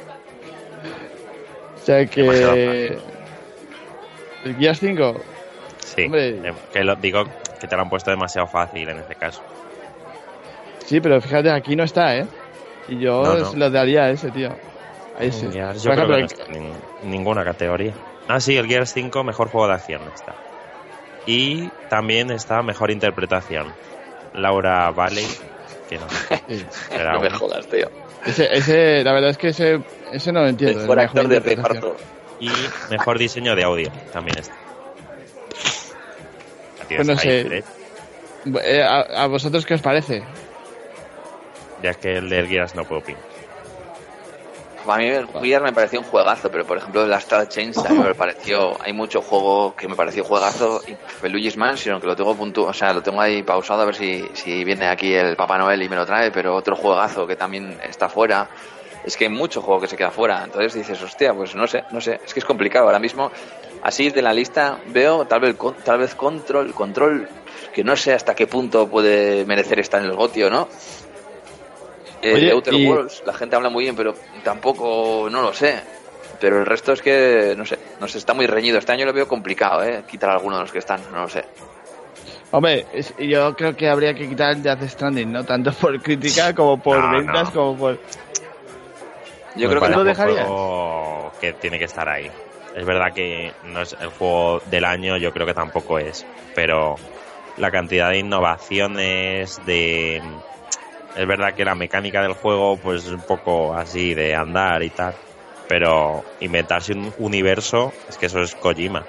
Speaker 2: O sea que... ¿El Gears 5?
Speaker 3: Sí, que digo que te lo han puesto demasiado fácil en este caso.
Speaker 2: Sí, pero fíjate, aquí no está, Y yo se lo daría a ese, tío. A ese.
Speaker 3: Yo creo que no está en ninguna categoría. Ah, sí, el Gears 5, mejor juego de acción está. Y también está mejor interpretación. Laura Valley, que no.
Speaker 2: Sí.
Speaker 4: No me jodas, tío.
Speaker 2: Ese, la verdad es que ese no lo entiendo.
Speaker 4: Mejor actor de reparto.
Speaker 3: Y mejor diseño de audio también está.
Speaker 2: Pues no sé. ¿A vosotros qué os parece?
Speaker 3: Ya es que el del Gears no puedo opinar.
Speaker 4: A mí el Gears me pareció un juegazo, pero por ejemplo el Astral Chain también me pareció, hay mucho juego que me pareció juegazo, y el Luigi's Mansion, que lo tengo lo tengo ahí pausado a ver si viene aquí el Papá Noel y me lo trae, pero otro juegazo que también está fuera. Es que hay mucho juego que se queda fuera, entonces dices, hostia, pues no sé, es que es complicado ahora mismo. Así de la lista veo tal vez Control, que no sé hasta qué punto puede merecer estar en el GOTY o no.
Speaker 2: Oye,
Speaker 4: Outer Worlds, la gente habla muy bien, pero tampoco, no lo sé. Pero el resto es que, no sé, está muy reñido. Este año lo veo complicado, quitar alguno de los que están, no lo sé.
Speaker 2: Hombre, yo creo que habría que quitar el Death Stranding, ¿no? Tanto por crítica como por ventas, como por...
Speaker 4: Yo creo que
Speaker 2: lo dejarías.
Speaker 3: Que tiene que estar ahí. Es verdad que no es el juego del año, yo creo que tampoco es. Pero la cantidad de innovaciones, es verdad que la mecánica del juego pues es un poco así de andar y tal, pero inventarse un universo, es que eso es Kojima.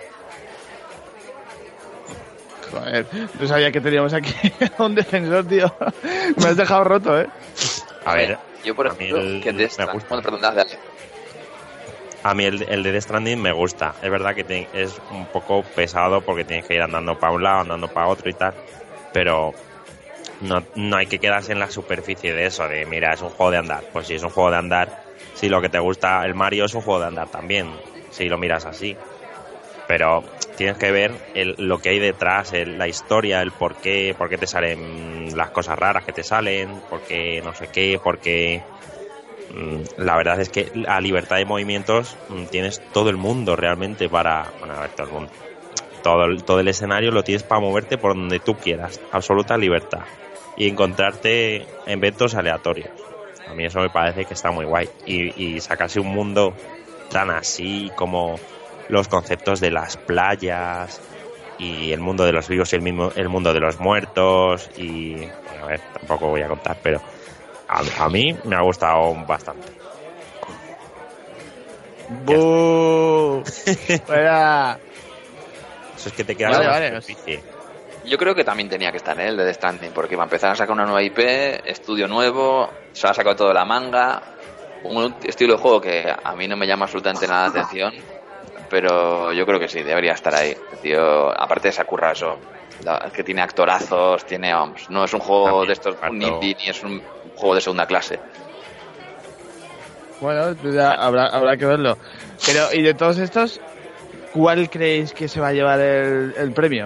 Speaker 2: Joder, no sabía que teníamos aquí un defensor, tío. Me has dejado roto,
Speaker 3: A ver,
Speaker 4: yo por ejemplo, que de esta... Bueno, perdón, dale.
Speaker 3: A mí el de Death Stranding me gusta. Es verdad que es un poco pesado porque tienes que ir andando para un lado, andando para otro y tal, pero no hay que quedarse en la superficie de eso, de mira, es un juego de andar. Pues si es un juego de andar, si lo que te gusta el Mario es un juego de andar también, si lo miras así. Pero tienes que ver lo que hay detrás, la historia, el por qué te salen las cosas raras que te salen, por qué no sé qué, por qué... La verdad es que a libertad de movimientos tienes todo el mundo realmente para... Bueno, a ver, todo el mundo. Todo el escenario lo tienes para moverte por donde tú quieras, absoluta libertad. Y encontrarte eventos aleatorios. A mí eso me parece que está muy guay. Y sacarse un mundo tan así como los conceptos de las playas y el mundo de los vivos y el mundo de los muertos y... Bueno, a ver, tampoco voy a contar, pero a mí me ha gustado bastante.
Speaker 2: ¡Bú! ¡Fuera!
Speaker 3: Eso es que te quedas
Speaker 2: vale.
Speaker 4: Yo creo que también tenía que estar en el de The Stranding, porque va a empezar a sacar una nueva IP, estudio nuevo, se ha sacado todo de la manga, un estilo de juego que a mí no me llama absolutamente nada la atención, pero yo creo que sí, debería estar ahí. Tío, aparte se ha currado eso, que tiene actorazos, vamos, no es un juego también, de estos indie, ni es un juego de segunda clase.
Speaker 2: Bueno, pues ya habrá que verlo. Pero, ¿y de todos estos, cuál creéis que se va a llevar el premio?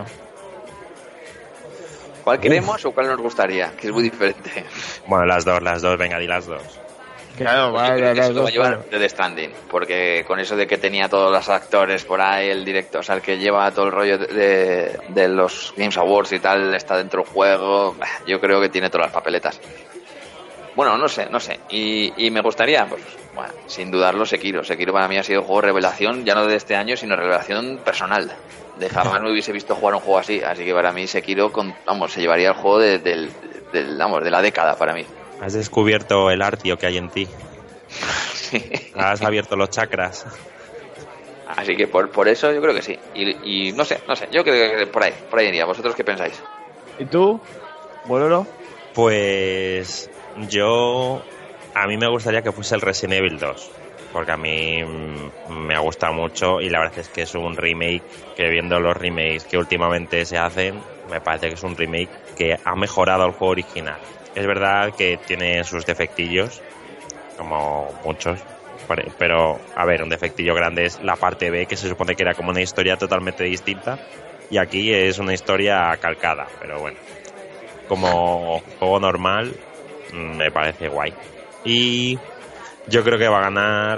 Speaker 4: ¿Cuál queremos o cuál nos gustaría? Que es muy diferente.
Speaker 3: Bueno, las dos, venga, di las dos.
Speaker 2: Claro,
Speaker 4: vale, eso lo va a llevar de The Stranding, porque con eso de que tenía todos los actores por ahí, el director, o sea, el que lleva todo el rollo de los Games Awards y tal, está dentro del juego, yo creo que tiene todas las papeletas. Bueno, no sé, y me gustaría, pues, bueno, sin dudarlo, Sekiro para mí ha sido juego revelación, ya no de este año, sino revelación personal. De jamás me hubiese visto jugar un juego así que para mí Sekiro, se llevaría el juego de la década para mí.
Speaker 3: Has descubierto el artio que hay en ti.
Speaker 4: Sí.
Speaker 3: Has abierto los chakras.
Speaker 4: Así que por eso yo creo que sí. Y no sé, yo creo que por ahí iría. ¿Vosotros qué pensáis?
Speaker 2: ¿Y tú, Bololo?
Speaker 3: Pues a mí me gustaría que fuese el Resident Evil 2, porque a mí me ha gustado mucho y la verdad es que es un remake que, viendo los remakes que últimamente se hacen, me parece que es un remake que ha mejorado el juego original. Es verdad que tiene sus defectillos, como muchos, pero a ver, un defectillo grande es la parte B, que se supone que era como una historia totalmente distinta, y aquí es una historia calcada, pero bueno, como juego normal me parece guay. Y yo creo que va a ganar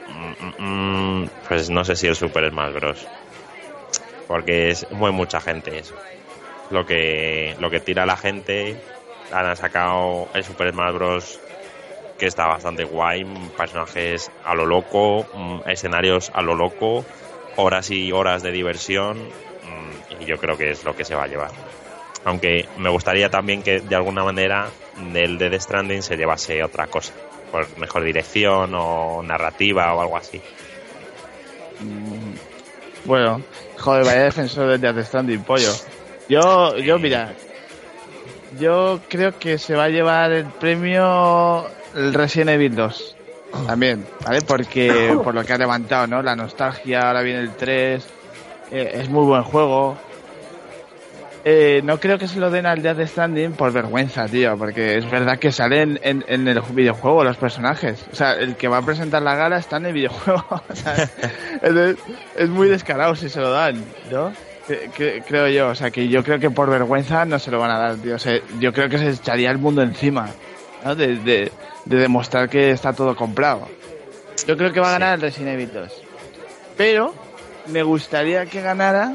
Speaker 3: pues no sé si el Super Smash Bros, porque es muy mucha gente eso, lo que tira la gente. Han sacado el Super Smash Bros, que está bastante guay, personajes a lo loco, escenarios a lo loco, horas y horas de diversión, y yo creo que es lo que se va a llevar. Aunque me gustaría también que de alguna manera del Death Stranding se llevase otra cosa, por mejor dirección o narrativa o algo así.
Speaker 2: Bueno, joder, vaya defensor de Death Stranding, pollo. Yo mira, Yo creo que se va a llevar el premio el Resident Evil 2. También, ¿vale? Porque por lo que ha levantado, ¿no? La nostalgia, ahora viene el 3. Es muy buen juego. No creo que se lo den al Death Stranding por vergüenza, tío, porque es verdad que salen en el videojuego los personajes. O sea, el que va a presentar la gala está en el videojuego. O sea, es muy descarado si se lo dan, ¿no? Creo yo. O sea, que yo creo que por vergüenza no se lo van a dar, tío. O sea, yo creo que se echaría el mundo encima, ¿no? De demostrar que está todo comprado. Yo creo que va a ganar el Resident Evil 2. Pero me gustaría que ganara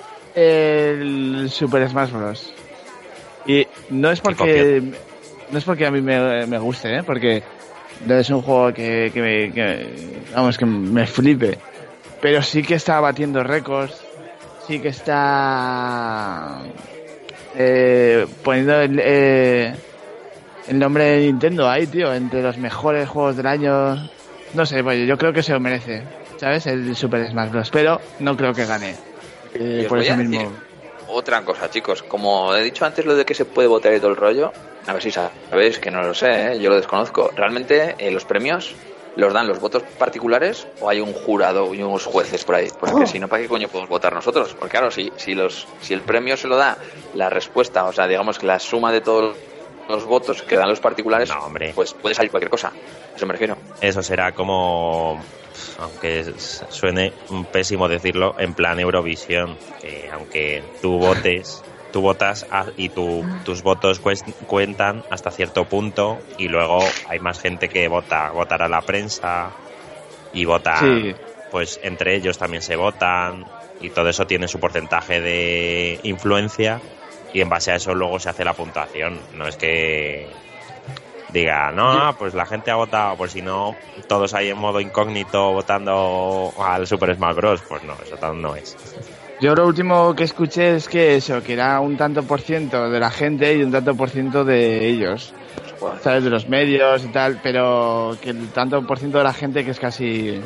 Speaker 2: el Super Smash Bros. Y no es porque a mí me guste, porque no es un juego que me flipe, pero sí que está batiendo récords, sí que está poniendo el nombre de Nintendo ahí, tío, entre los mejores juegos del año. No sé, pues yo creo que se lo merece, ¿sabes? El Super Smash Bros. Pero no creo que gane. Por eso mismo.
Speaker 4: Otra cosa, chicos, como he dicho antes, lo de que se puede votar y todo el rollo, a ver si sabéis, que no lo sé, yo lo desconozco. Realmente los premios los dan los votos particulares o hay un jurado y unos jueces por ahí, porque si no, ¿para qué coño podemos votar nosotros? Porque claro, si el premio se lo da la respuesta, o sea, digamos que la suma de todos los votos que dan los particulares,
Speaker 3: no, hombre,
Speaker 4: pues puede salir cualquier cosa. A eso me refiero.
Speaker 3: Eso será como, aunque suene pésimo decirlo, en plan Eurovisión, que aunque tú votas y tus votos cuentan hasta cierto punto, y luego hay más gente que votará la prensa y vota, sí. Pues entre ellos también se votan y todo eso tiene su porcentaje de influencia y en base a eso luego se hace la puntuación. No es que diga, no, pues la gente ha votado, pues si no, todos ahí en modo incógnito votando al Super Smash Bros. Pues no, eso no es.
Speaker 2: Yo lo último que escuché es que eso, que era un tanto por ciento de la gente y un tanto por ciento de ellos, ¿sabes? De los medios y tal, pero que el tanto por ciento de la gente que es casi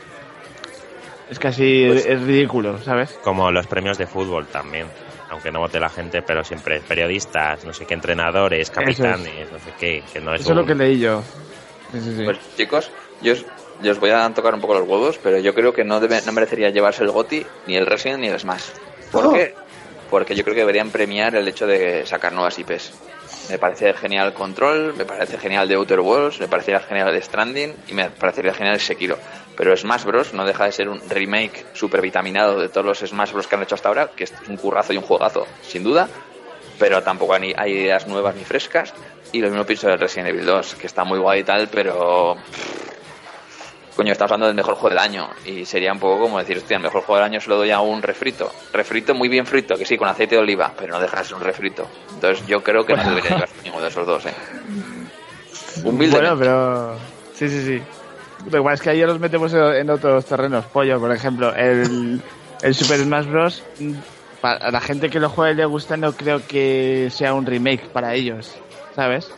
Speaker 2: pues, es ridículo, ¿sabes?
Speaker 3: Como los premios de fútbol también. Aunque no vote la gente, pero siempre periodistas, no sé qué, entrenadores, capitanes, no sé qué, que no es.
Speaker 2: Eso es lo que leí yo. Sí.
Speaker 4: Pues chicos, yo os voy a tocar un poco los huevos, pero yo creo que no merecería llevarse el GOTY, ni el Resident, ni el Smash. ¿Por qué? Porque yo creo que deberían premiar el hecho de sacar nuevas IPs. Me parece genial Control, me parece genial The Outer Worlds, me parecería genial The Stranding y me parecería genial Sekiro. Pero Smash Bros. No deja de ser un remake super vitaminado de todos los Smash Bros. Que han hecho hasta ahora, que es un currazo y un juegazo, sin duda, pero tampoco hay ideas nuevas ni frescas. Y lo mismo pienso del Resident Evil 2, que está muy guay y tal, pero coño, estamos hablando del mejor juego del año y sería un poco como decir, hostia, el mejor juego del año se lo doy a un refrito muy bien frito, que sí, con aceite de oliva, pero no deja de ser un refrito. Entonces yo creo que no debería llevar ninguno de esos dos, humildemente.
Speaker 2: Bueno, pero sí. Lo que pasa es que ahí ya los metemos en otros terrenos, pollo, por ejemplo, el Super Smash Bros. Para la gente que lo juega y le gusta, no creo que sea un remake para ellos, ¿sabes?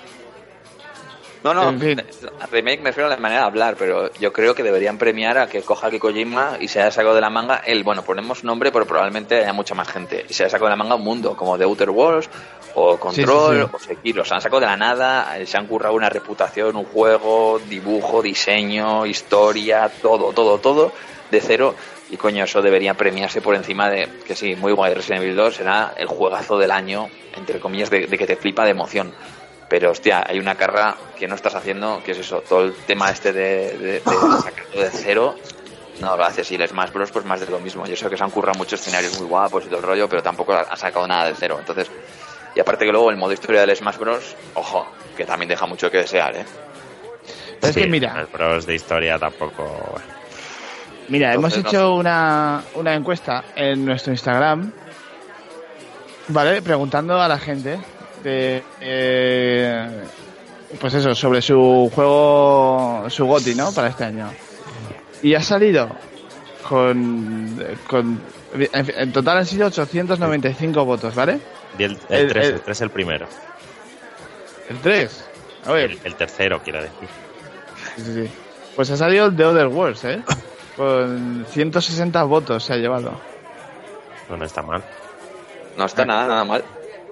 Speaker 4: No, en fin. Remake me refiero a la manera de hablar, pero yo creo que deberían premiar a que coja a Kojima y se haya sacado de la manga ponemos nombre, pero probablemente haya mucha más gente, y se haya sacado de la manga un mundo, como The Outer Worlds, o Control, o Sekiro. Se han sacado de la nada, se han currado una reputación, un juego, dibujo, diseño, historia, todo, de cero, y coño, eso debería premiarse por encima de, que sí, muy guay, Resident Evil 2 será el juegazo del año, entre comillas, de que te flipa de emoción. Pero, hostia, hay una carga que no estás haciendo, que es eso, todo el tema de sacarlo de cero, no lo haces. Y el Smash Bros, pues más de lo mismo. Yo sé que se han currado muchos escenarios muy guapos y todo el rollo, pero tampoco ha sacado nada de cero. Entonces, y aparte que luego el modo historia del Smash Bros, ojo, que también deja mucho que desear,
Speaker 2: Es que mira,
Speaker 3: el Bros de historia tampoco.
Speaker 2: Mira, entonces, hemos hecho una encuesta en nuestro Instagram, ¿vale? Preguntando a la gente pues eso, sobre su juego, su GOTY, ¿no? Para este año. Y ha salido en total han sido 895 votos, ¿vale?
Speaker 3: Y el 3 es el primero.
Speaker 2: ¿El 3? A ver.
Speaker 3: El tercero, quiero decir.
Speaker 2: Sí. Pues ha salido el The Other Worlds, con 160 votos se ha llevado.
Speaker 3: No está mal.
Speaker 4: No está nada mal.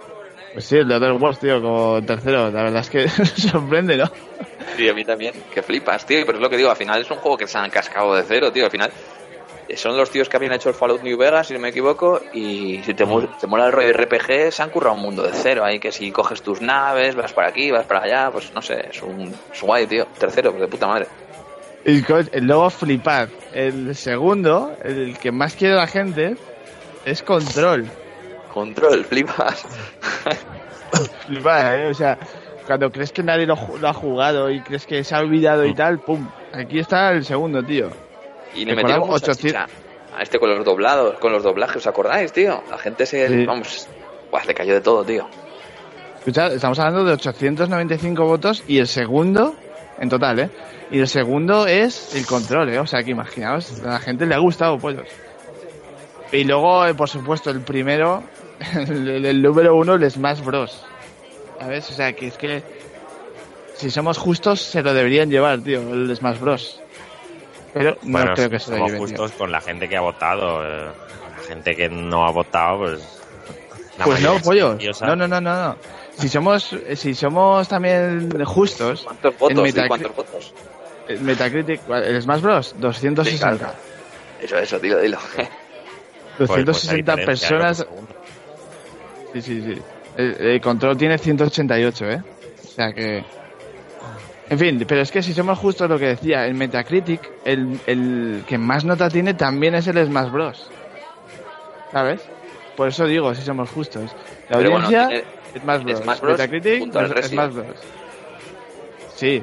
Speaker 2: Pues sí, el de Other Worlds, tío, como tercero. La verdad es que sorprende, ¿no?
Speaker 4: Sí, a mí también. Que flipas, tío. Pero es lo que digo, al final es un juego que se han cascado de cero, tío. Al final son los tíos que habían hecho el Fallout New Vegas, si no me equivoco, y si te mola el rollo RPG, se han currado un mundo de cero. Ahí que si coges tus naves, vas para aquí, vas para allá, pues no sé, es guay, tío. Tercero, pues de puta madre.
Speaker 2: Y luego flipad. El segundo, el que más quiere la gente, es Control.
Speaker 4: Control, flipas.
Speaker 2: Flipad, O sea, cuando crees que nadie lo ha jugado y crees que se ha olvidado y tal, pum. Aquí está el segundo, tío.
Speaker 4: Y le metieron mucha chicha a este con los doblados, con los doblajes, ¿os acordáis, tío? La gente
Speaker 2: Sí.
Speaker 4: Vamos, le cayó de todo, tío.
Speaker 2: Escucha, estamos hablando de 895 votos y el segundo, en total, y el segundo es el Control, O sea, que imaginaos, a la gente le ha gustado, pollos. Y luego, por supuesto, el primero, el número uno, el Smash Bros. ¿Sabes? O sea, que es que si somos justos, se lo deberían llevar, tío, el Smash Bros. Pero no creo que se lo lleven.
Speaker 3: Somos justos con la gente que ha votado. La gente que no ha votado, pues...
Speaker 2: Pues no, pollos. No. Si somos también justos...
Speaker 4: ¿Cuántos votos? ¿Cuántos votos?
Speaker 2: El Metacritic, el Smash Bros, 260.
Speaker 4: Sí, claro. Eso, tío, dilo.
Speaker 2: 260 personas... Sí. El Control tiene 188, O sea que... En fin, pero es que si somos justos, lo que decía, el Metacritic, el que más nota tiene también es el Smash Bros. ¿Sabes? Por eso digo, si somos justos. La
Speaker 4: pero
Speaker 2: audiencia,
Speaker 4: bueno,
Speaker 2: Smash Bros. Metacritic, Smash Bros. Sí.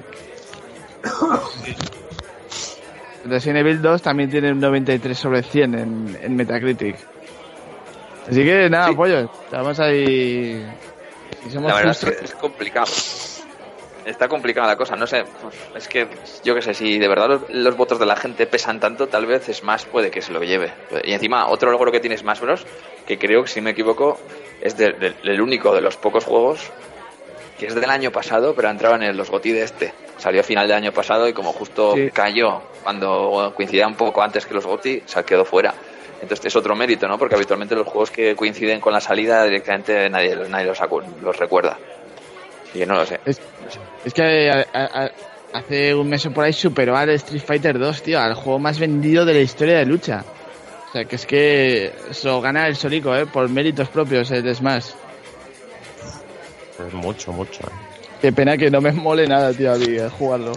Speaker 2: Resident Evil 2 también tiene un 93 sobre 100 en Metacritic. Así que nada, sí. Pollos, estamos ahí. Si somos
Speaker 4: la verdad
Speaker 2: justos...
Speaker 4: es que es complicado. Está complicada la cosa, no sé. Es que yo qué sé, si de verdad los votos de la gente pesan tanto, tal vez Smash puede que se lo lleve. Y encima, otro logro que tiene Smash Bros, que creo que si me equivoco, es el único de los pocos juegos que es del año pasado, pero entraba en los GOTY de este. Salió a final del año pasado y como justo cayó cuando coincidía un poco antes que los GOTY, se quedó fuera. Entonces es otro mérito, ¿no? Porque habitualmente los juegos que coinciden con la salida directamente nadie los recuerda. Y que no lo sé.
Speaker 2: Es que hace un mes o por ahí superó al Street Fighter 2, tío, al juego más vendido de la historia de lucha. O sea, que es que eso gana el solico, por méritos propios, el Smash.
Speaker 3: Es mucho.
Speaker 2: Qué pena que no me mole nada, tío, a mí jugarlo.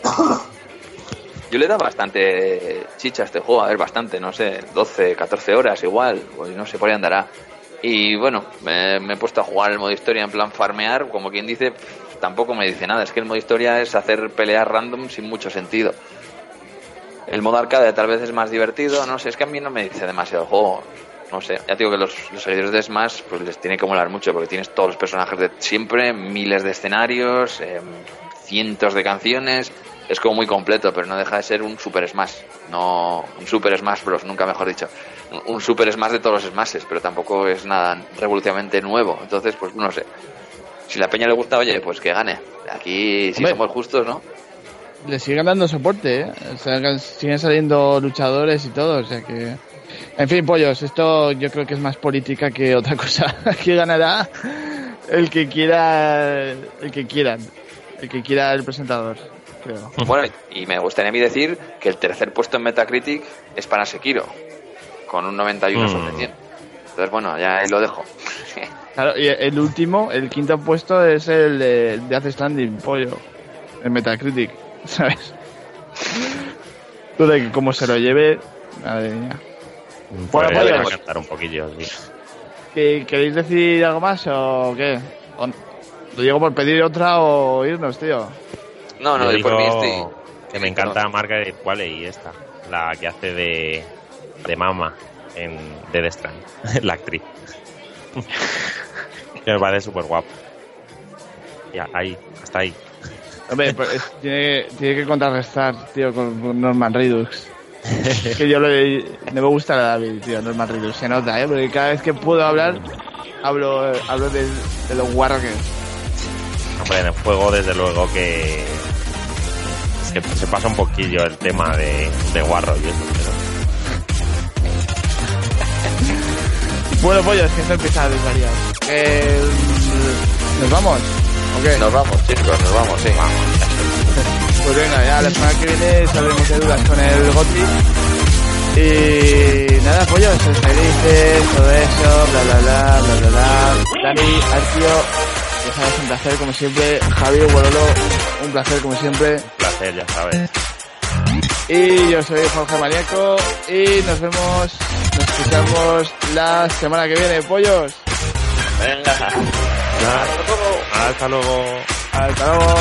Speaker 4: Yo le he dado bastante chicha a este juego, a ver, bastante, no sé, 12, 14 horas igual, pues no sé, por ahí andará. Y bueno, me he puesto a jugar el modo historia en plan farmear, como quien dice, tampoco me dice nada, es que el modo historia es hacer peleas random sin mucho sentido. El modo arcade tal vez es más divertido, no sé, es que a mí no me dice demasiado el juego, no sé, ya digo que los seguidores de Smash pues les tiene que molar mucho, porque tienes todos los personajes de siempre, miles de escenarios, cientos de canciones, es como muy completo, pero no deja de ser un Super Smash, no un Super Smash Bros, nunca mejor dicho. Un Super Smash de todos los Smashes, pero tampoco es nada revolucionariamente nuevo. Entonces, pues no sé. Si la peña le gusta, oye, pues que gane. Aquí, si somos justos, ¿no?
Speaker 2: Le siguen dando soporte, O sea, siguen saliendo luchadores y todo, o sea que... En fin, pollos, esto yo creo que es más política que otra cosa. Aquí ganará el que quiera el presentador, creo.
Speaker 4: Bueno, y me gustaría a mí decir que el tercer puesto en Metacritic es para Sekiro, con un 91 sobre 100. Entonces, bueno, ya ahí lo dejo.
Speaker 2: Claro, y el último, el quinto puesto es el de Death Stranding, pollo, en Metacritic, ¿sabes? Tú de que como se lo lleve, madre mía.
Speaker 3: Bueno, pollo, cantar un poquillo, sí.
Speaker 2: ¿Queréis decir algo más o qué? ¿Lo digo por pedir otra o irnos, tío?
Speaker 4: No, yo por mí estoy...
Speaker 3: Que me encanta Margaret Qualley, esta, la que hace de Mama en Death Stranding, la actriz. Que me parece súper guapo. Ya, ahí, hasta ahí.
Speaker 2: Hombre, pues tiene que contrarrestar, tío, con Norman Reedus. Que yo no me gusta la David, tío, Norman Reedus. Se nota, porque cada vez que puedo hablar, hablo de los guarros que...
Speaker 3: Hombre, en el juego, desde luego que... Es que se pasa un poquillo el tema de guarro y eso, pero...
Speaker 2: Bueno, pollos, que esto empieza a desvariar. ¿Nos vamos? ¿O qué?
Speaker 4: Nos vamos, chicos, nos vamos, sí.
Speaker 2: Pues venga, ya la semana que viene saldremos de dudas con el GOTY. Y nada, pollos, ser felices, todo eso, bla bla bla, bla bla bla. Dani, Artio, ya sabes, un placer como siempre. Javi, Bololo, un placer como siempre.
Speaker 3: Un placer, ya sabes.
Speaker 2: Y yo soy Jorge Maníaco y nos vemos, nos escuchamos la semana que viene, pollos.
Speaker 4: Venga.
Speaker 3: Hasta luego.
Speaker 2: Hasta luego.